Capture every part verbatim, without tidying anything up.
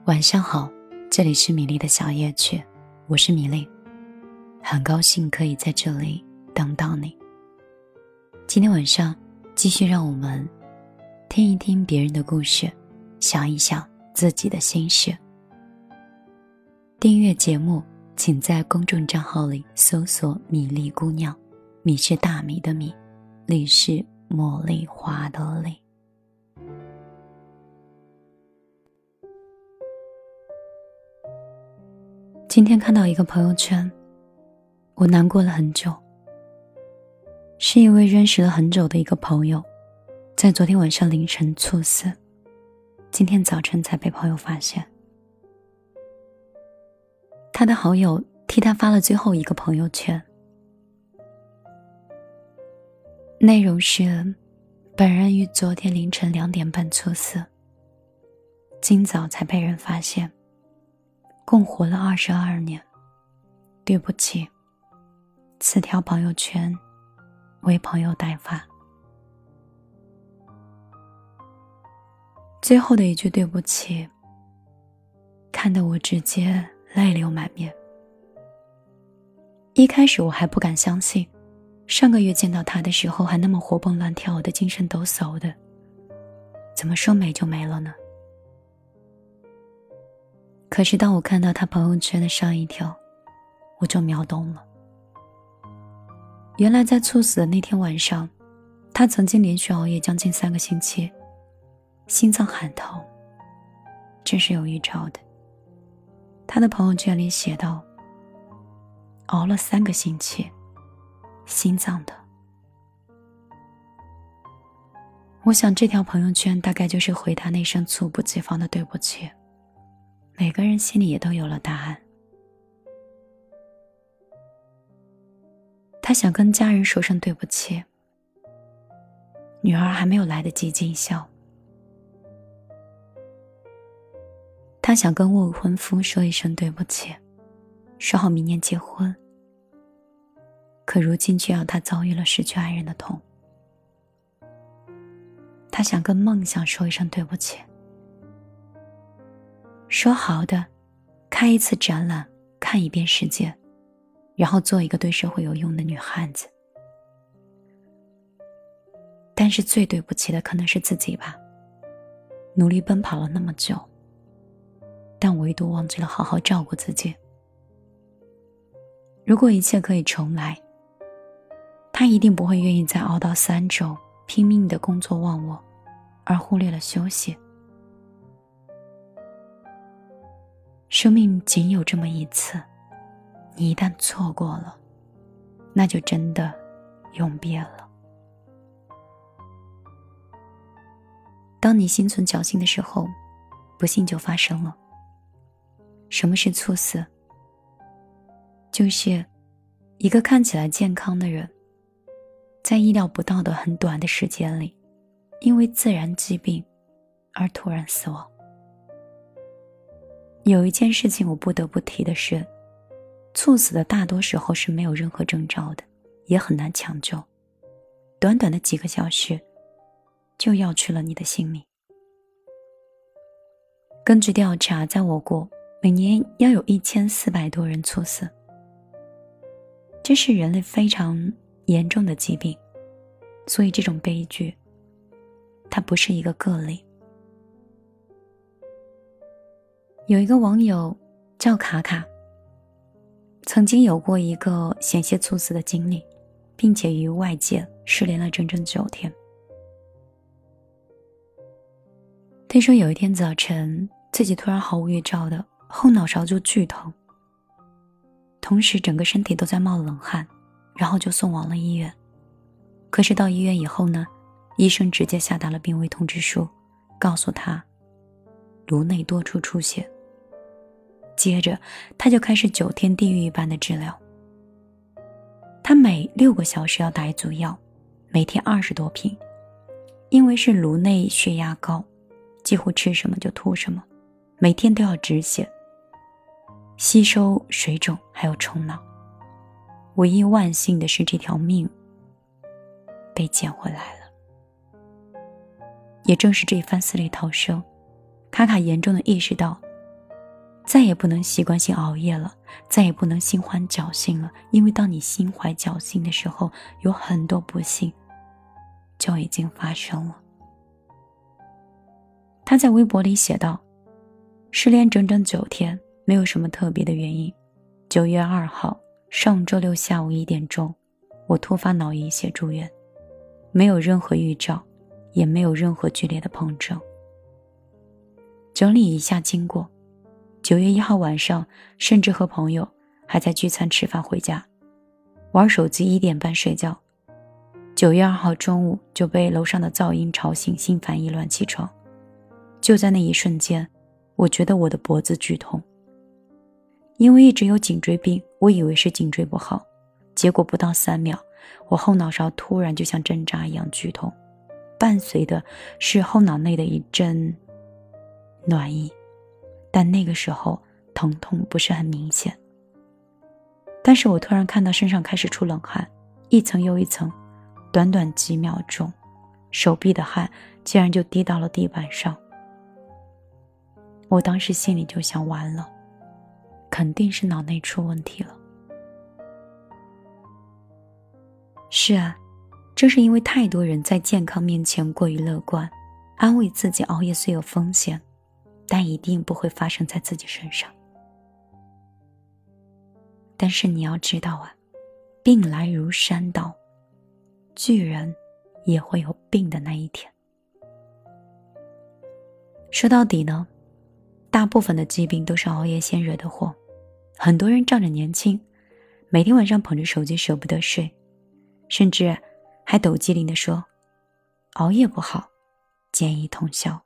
晚上好，这里是米粒的小夜曲，我是米粒，很高兴可以在这里等到你。今天晚上继续让我们听一听别人的故事，想一想自己的心事。订阅节目请在公众账号里搜索米粒姑娘，米是大米的米，粒是茉莉花的粒。今天看到一个朋友圈，我难过了很久。是一位认识了很久的一个朋友，在昨天晚上凌晨猝死，今天早晨才被朋友发现。他的好友替他发了最后一个朋友圈，内容是：本人于昨天凌晨两点半猝死，今早才被人发现，共活了二十二年，对不起，此条朋友圈为朋友代发。最后的一句对不起，看得我直接泪流满面。一开始我还不敢相信，上个月见到他的时候还那么活蹦乱跳的，精神抖擞的，怎么说没就没了呢？可是当我看到他朋友圈的上一条，我就秒懂了。原来在猝死的那天晚上，他曾经连续熬夜将近三个星期，心脏喊痛，这是有预兆的。他的朋友圈里写道，熬了三个星期，心脏的。我想这条朋友圈大概就是回答那声猝不及防的对不起，每个人心里也都有了答案。他想跟家人说声对不起，女儿还没有来得及尽孝。他想跟未婚夫说一声对不起，说好明年结婚，可如今却要他遭遇了失去爱人的痛。他想跟梦想说一声对不起，说好的开一次展览，看一遍世界，然后做一个对社会有用的女汉子。但是最对不起的可能是自己吧，努力奔跑了那么久，但唯独忘记了好好照顾自己。如果一切可以重来，他一定不会愿意再熬到三周，拼命的工作忘我，而忽略了休息。生命仅有这么一次，你一旦错过了，那就真的永别了。当你心存侥幸的时候，不幸就发生了。什么是猝死？就是一个看起来健康的人，在意料不到的很短的时间里，因为自然疾病而突然死亡。有一件事情我不得不提的是，猝死的大多时候是没有任何征兆的，也很难抢救，短短的几个小时就要去了你的性命。根据调查，在我国每年要有一千四百多人猝死，这是人类非常严重的疾病，所以这种悲剧它不是一个个例。有一个网友叫卡卡，曾经有过一个险些猝死的经历，并且与外界失联了整整九天。他说有一天早晨，自己突然毫无预兆的后脑勺就剧痛，同时整个身体都在冒冷汗，然后就送往了医院。可是到医院以后呢，医生直接下达了病危通知书，告诉他颅内多处出血。接着他就开始九天地狱一般的治疗。他每六个小时要打一组药，每天二十多瓶，因为是颅内血压高，几乎吃什么就吐什么，每天都要止血，吸收水肿还有冲脑。唯一万幸的是这条命被捡回来了。也正是这一番死里逃生，卡卡严重的意识到再也不能习惯性熬夜了，再也不能心怀侥幸了，因为当你心怀侥幸的时候，有很多不幸就已经发生了。他在微博里写道，失联整整九天，没有什么特别的原因。九月二号，上周六下午一点钟，我突发脑溢血住院，没有任何预兆，也没有任何剧烈的碰撞。整理一下经过，九月一号晚上，甚至和朋友还在聚餐吃饭回家，玩手机一点半睡觉。九月二号中午就被楼上的噪音吵醒，心烦意乱起床。就在那一瞬间，我觉得我的脖子剧痛。因为一直有颈椎病，我以为是颈椎不好，结果不到三秒，我后脑勺突然就像针扎一样剧痛，伴随的是后脑内的一阵暖意，但那个时候疼痛不是很明显。但是我突然看到身上开始出冷汗，一层又一层，短短几秒钟，手臂的汗竟然就滴到了地板上。我当时心里就想，完了，肯定是脑内出问题了。是啊，正是因为太多人在健康面前过于乐观，安慰自己熬夜虽有风险，但一定不会发生在自己身上。但是你要知道啊，病来如山倒，巨人也会有病的那一天。说到底呢，大部分的疾病都是熬夜先惹的祸。很多人仗着年轻，每天晚上捧着手机舍不得睡，甚至还抖机灵地说，熬夜不好，建议通宵。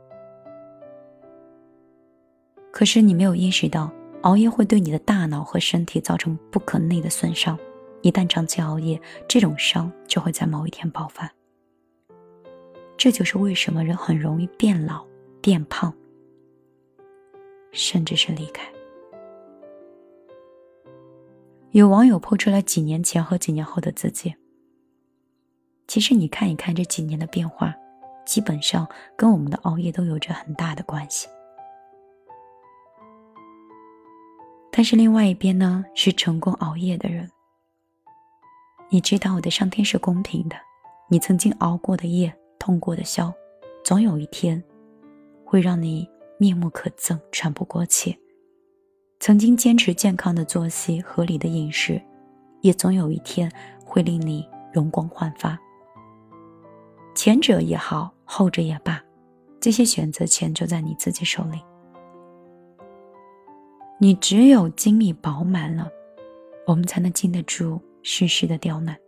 可是你没有意识到，熬夜会对你的大脑和身体造成不可逆的损伤，一旦长期熬夜，这种伤就会在某一天爆发。这就是为什么人很容易变老、变胖，甚至是离开。有网友po出来几年前和几年后的自己，其实你看一看这几年的变化，基本上跟我们的熬夜都有着很大的关系。但是另外一边呢，是成功熬夜的人。你知道我的上天是公平的，你曾经熬过的夜，痛过的宵，总有一天会让你面目可憎，喘不过气。曾经坚持健康的作息，合理的饮食，也总有一天会令你容光焕发。前者也好，后者也罢，这些选择权就在你自己手里。你只有精力饱满了，我们才能经得住世事的刁难。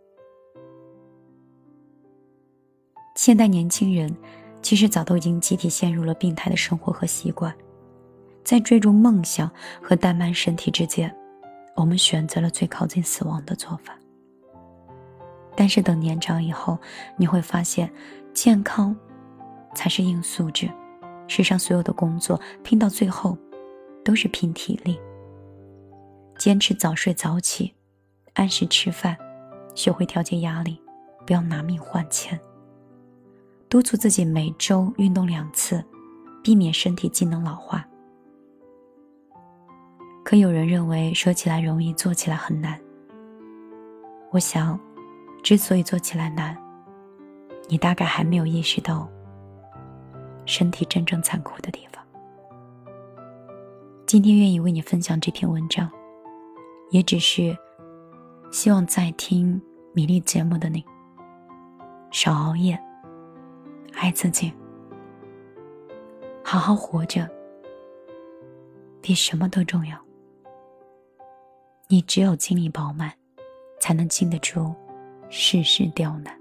现代年轻人其实早都已经集体陷入了病态的生活和习惯，在追逐梦想和怠慢身体之间，我们选择了最靠近死亡的做法。但是等年长以后，你会发现健康才是硬素质，世上所有的工作拼到最后都是拼体力。坚持早睡早起，按时吃饭，学会调节压力，不要拿命换钱。督促自己每周运动两次，避免身体机能老化。可有人认为说起来容易，做起来很难。我想，之所以做起来难，你大概还没有意识到身体真正残酷的地方。今天愿意为你分享这篇文章，也只是希望在听米粒节目的你，少熬夜，爱自己，好好活着，比什么都重要。你只有精力饱满，才能经得住世事刁难。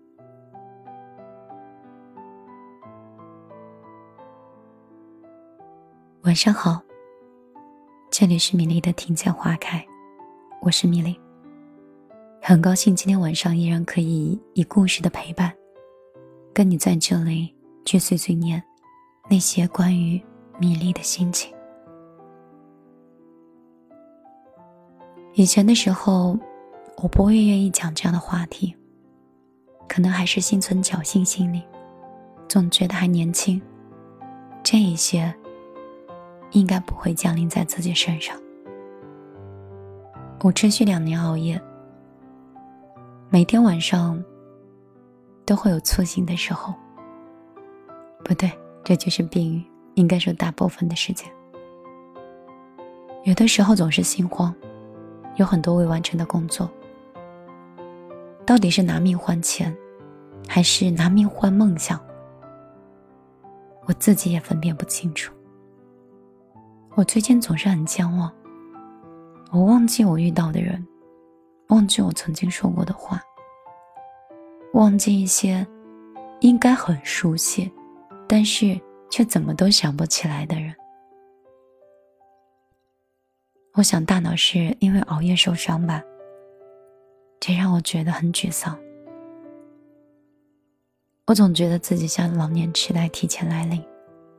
晚上好，这里是米粒的庭前花开，我是米粒。很高兴今天晚上依然可以以故事的陪伴，跟你在这里去碎碎念那些关于米粒的心情。以前的时候，我不会愿意讲这样的话题，可能还是心存侥幸心理，总觉得还年轻，这一些应该不会降临在自己身上。我持续两年熬夜，每天晚上都会有粗醒的时候。不对，这就是病语，应该说大部分的时间。有的时候总是心慌，有很多未完成的工作，到底是拿命换钱，还是拿命换梦想，我自己也分辨不清楚。我最近总是很健忘，我忘记我遇到的人，忘记我曾经说过的话，忘记一些应该很熟悉，但是却怎么都想不起来的人。我想大脑是因为熬夜受伤吧，这让我觉得很沮丧。我总觉得自己像老年痴呆提前来临，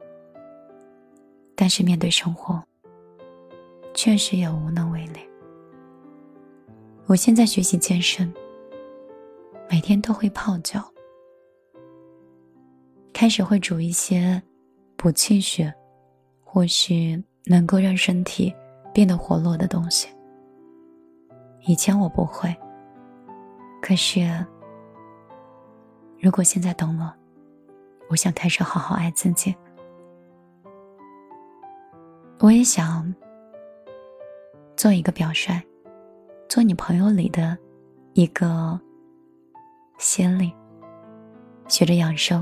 但是面对生活，确实也无能为力。我现在学习健身，每天都会泡脚，开始会煮一些补气血，或是能够让身体变得活络的东西。以前我不会，可是如果现在懂了，我想开始好好爱自己。我也想做一个表率，做你朋友里的一个先例，学着养生。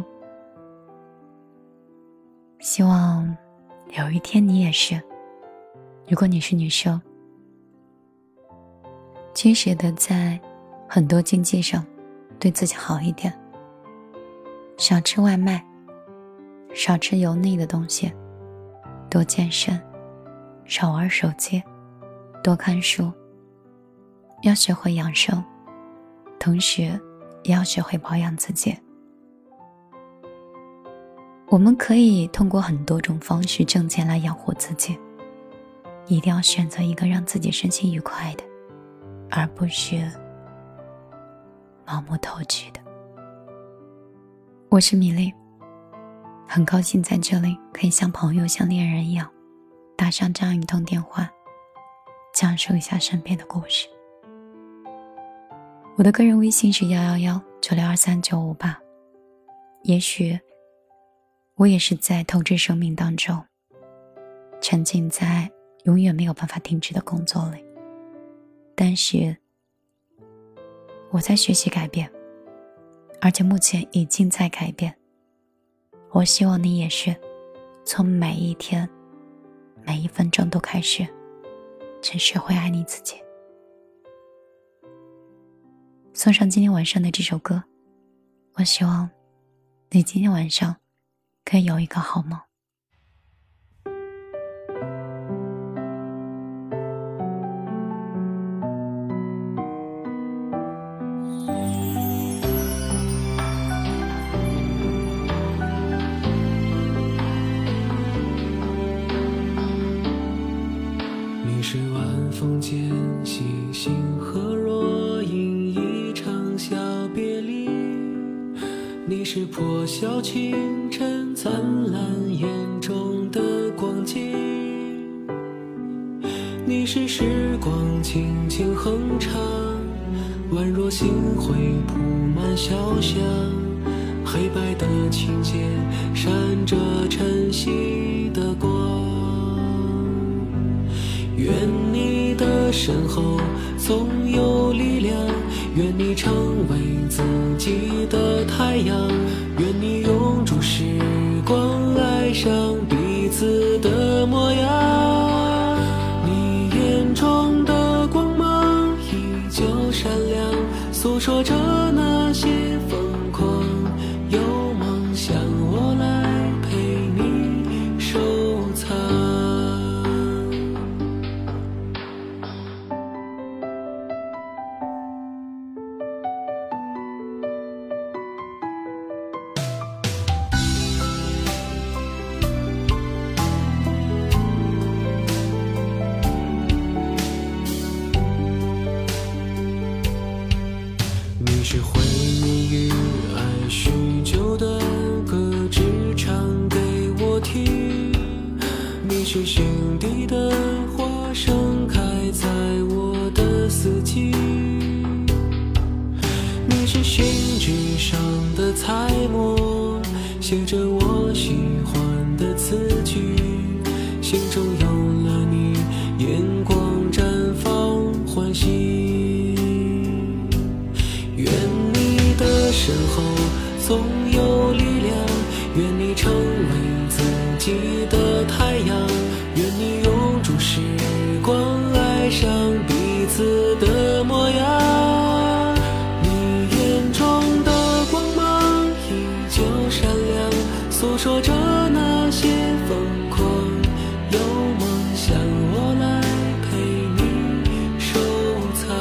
希望有一天你也是，如果你是女生，及时的在很多经济上对自己好一点，少吃外卖，少吃油腻的东西，多健身，少玩手机，多看书，要学会养生，同时也要学会保养自己。我们可以通过很多种方式挣钱来养活自己，一定要选择一个让自己身心愉快的，而不是盲目投机的。我是米粒，很高兴在这里可以像朋友像恋人一样打上这样一通电话，讲述一下身边的故事。我的个人微信是幺幺幺九六二三九五八。也许我也是在透支生命当中，沉浸在永远没有办法停止的工作里，但是我在学习改变，而且目前已经在改变。我希望你也是，从每一天每一分钟都开始真学会爱你自己。送上今天晚上的这首歌，我希望你今天晚上可以有一个好梦。 你是晚风间细星河若影，一场小别离。你是破晓清晨灿烂眼中的光景，你是时光轻轻哼唱，宛若星辉铺满小巷，黑白的琴键闪着晨曦的光。愿你的身后总有力量，愿你成为自己的太阳，愿你永驻时光，爱上彼此的模样。你眼中的光芒依旧闪亮，诉说着那些疯狂。有梦想我来陪你收藏。 是心底的花盛开在我的四季，你是信纸上的彩墨，写着我喜欢的词句，心中有了你，眼光绽放欢喜。愿你的身后总有力量，愿你成为自己的太阳，愿你永驻时光，爱上彼此的模样。你眼中的光芒依旧闪亮，诉说着那些疯狂，有梦想我来陪你收藏。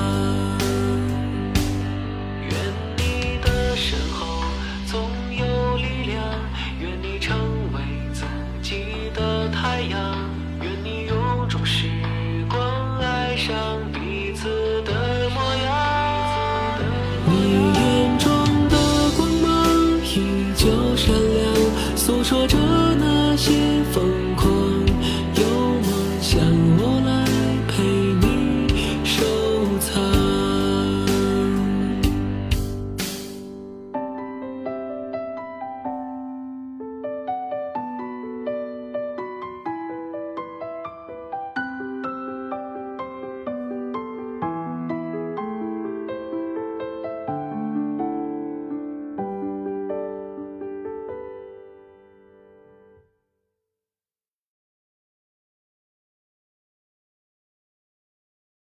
愿你的身后总有力量，愿你成为自己的太阳，愿你永驻时光，爱上彼此的模样。你眼中的光芒依旧闪亮，诉说着那些